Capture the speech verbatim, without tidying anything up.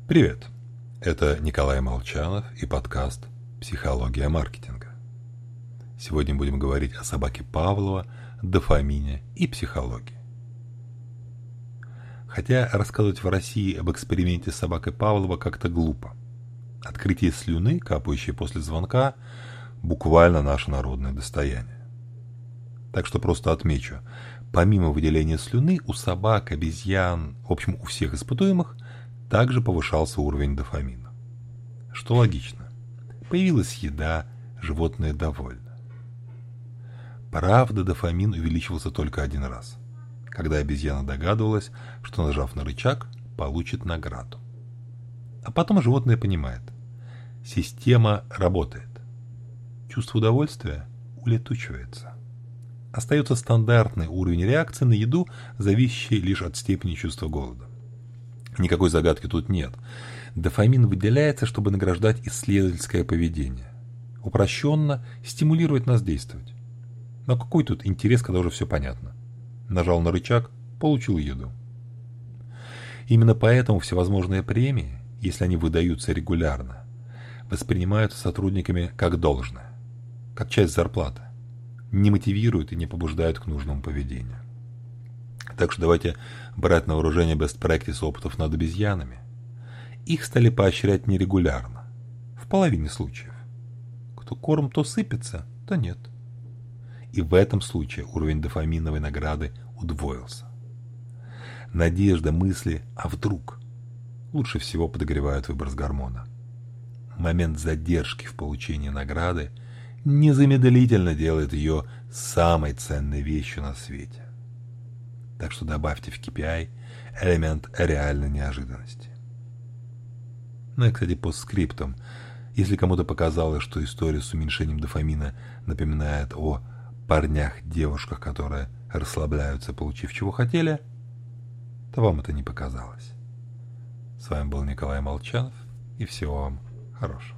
Привет! Это Николай Молчанов и подкаст «Психология маркетинга». Сегодня будем говорить о собаке Павлова, дофамине и психологии. Хотя рассказывать в России об эксперименте с собакой Павлова как-то глупо. Открытие слюны, капающей после звонка, буквально наше народное достояние. Так что просто отмечу, помимо выделения слюны, у собак, обезьян, в общем, у всех испытуемых, также повышался уровень дофамина. Что логично. Появилась еда, животное довольно. Правда, дофамин увеличивался только один раз, когда обезьяна догадывалась, что, нажав на рычаг, получит награду. А потом животное понимает. Система работает. Чувство удовольствия улетучивается. Остается стандартный уровень реакции на еду, зависящий лишь от степени чувства голода. Никакой загадки тут нет. Дофамин выделяется, чтобы награждать исследовательское поведение. Упрощенно стимулировать нас действовать. Но какой тут интерес, когда уже все понятно? Нажал на рычаг, получил еду. Именно поэтому всевозможные премии, если они выдаются регулярно, воспринимаются сотрудниками как должное, как часть зарплаты, не мотивируют и не побуждают к нужному поведению. Так что давайте брать на вооружение best practice опытов над обезьянами. Их стали поощрять нерегулярно, в половине случаев. Кто корм то сыпется, то нет. И в этом случае уровень дофаминовой награды удвоился. Надежда, мысли «а вдруг?» лучше всего подогревают выброс гормона. Момент задержки в получении награды незамедлительно делает ее самой ценной вещью на свете. Так что добавьте в кей пи ай элемент реальной неожиданности. Ну и, кстати, постскриптум. Если кому-то показалось, что история с уменьшением дофамина напоминает о парнях-девушках, которые расслабляются, получив чего хотели, то вам это не показалось. С вами был Николай Молчанов, и всего вам хорошего.